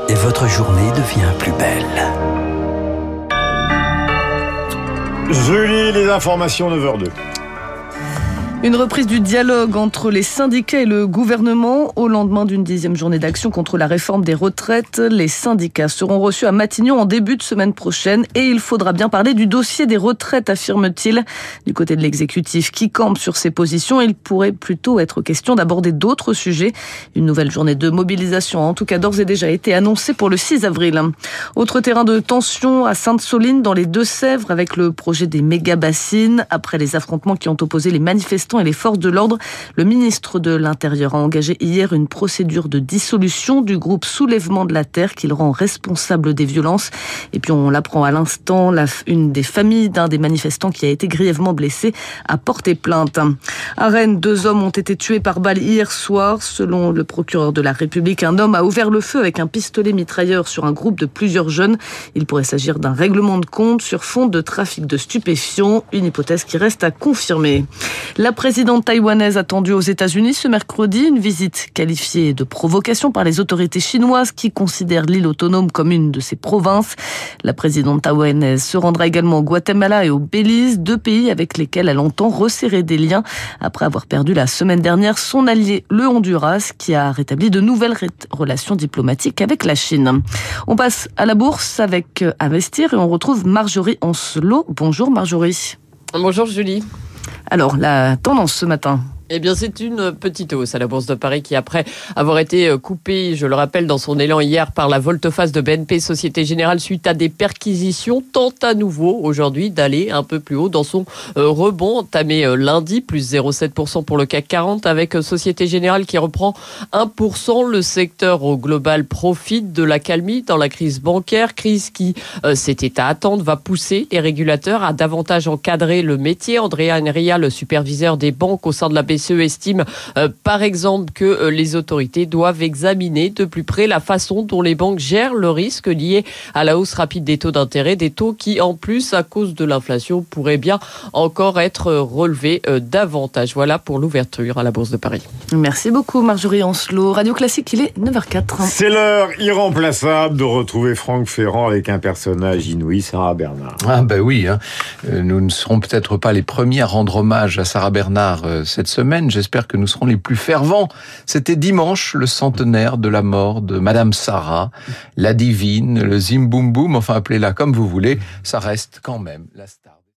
et votre journée devient plus belle. Julie, les informations 9h02. Une reprise du dialogue entre les syndicats et le gouvernement au lendemain d'une 10e journée d'action contre la réforme des retraites. Les syndicats seront reçus à Matignon en début de semaine prochaine et il faudra bien parler du dossier des retraites, affirme-t-il. Du côté de l'exécutif qui campe sur ses positions, il pourrait plutôt être question d'aborder d'autres sujets. Une nouvelle journée de mobilisation a en tout cas d'ores et déjà été annoncée pour le 6 avril. Autre terrain de tension à Sainte-Soline dans les Deux-Sèvres avec le projet des méga-bassines. Après les affrontements qui ont opposé les manifestants et les forces de l'ordre, le ministre de l'Intérieur a engagé hier une procédure de dissolution du groupe Soulèvement de la Terre qu'il rend responsable des violences. Et puis on l'apprend à l'instant, une des familles d'un des manifestants qui a été grièvement blessé a porté plainte. À Rennes, 2 hommes ont été tués par balle hier soir. Selon le procureur de la République, un homme a ouvert le feu avec un pistolet mitrailleur sur un groupe de plusieurs jeunes. Il pourrait s'agir d'un règlement de compte sur fond de trafic de stupéfiants, une hypothèse qui reste à confirmer. La présidente taïwanaise attendue aux États-Unis ce mercredi, une visite qualifiée de provocation par les autorités chinoises qui considèrent l'île autonome comme une de ses provinces. La présidente taïwanaise se rendra également au Guatemala et au Belize, 2 pays avec lesquels elle entend resserrer des liens après avoir perdu la semaine dernière son allié, le Honduras, qui a rétabli de nouvelles relations diplomatiques avec la Chine. On passe à la bourse avec Investir et on retrouve Marjorie Ancelot. Bonjour Marjorie. Bonjour Julie. Alors, la tendance ce matin ? Eh bien, c'est une petite hausse à la Bourse de Paris qui, après avoir été coupée, je le rappelle, dans son élan hier par la volte-face de BNP Société Générale suite à des perquisitions, tente à nouveau aujourd'hui d'aller un peu plus haut dans son rebond entamé lundi, plus 0,7% pour le CAC 40 avec Société Générale qui reprend 1%. Le secteur au global profite de l'accalmie dans la crise bancaire, crise qui, c'était à attendre, va pousser les régulateurs à davantage encadrer le métier. Andrea Enria, le superviseur des banques au sein de la BCE, estime par exemple que les autorités doivent examiner de plus près la façon dont les banques gèrent le risque lié à la hausse rapide des taux d'intérêt, des taux qui en plus à cause de l'inflation pourraient bien encore être relevés davantage. Voilà pour l'ouverture à la Bourse de Paris. Merci beaucoup Marjorie Ancelot. Radio Classique, il est 9h04. C'est l'heure irremplaçable de retrouver Franck Ferrand avec un personnage inouï, Sarah Bernard. Ah ben oui, nous ne serons peut-être pas les premiers à rendre hommage à Sarah Bernard cette semaine. J'espère que nous serons les plus fervents. C'était dimanche, le centenaire de la mort de Madame Sarah, la divine, le Zim Boum Boum, enfin appelez-la comme vous voulez, ça reste quand même la star.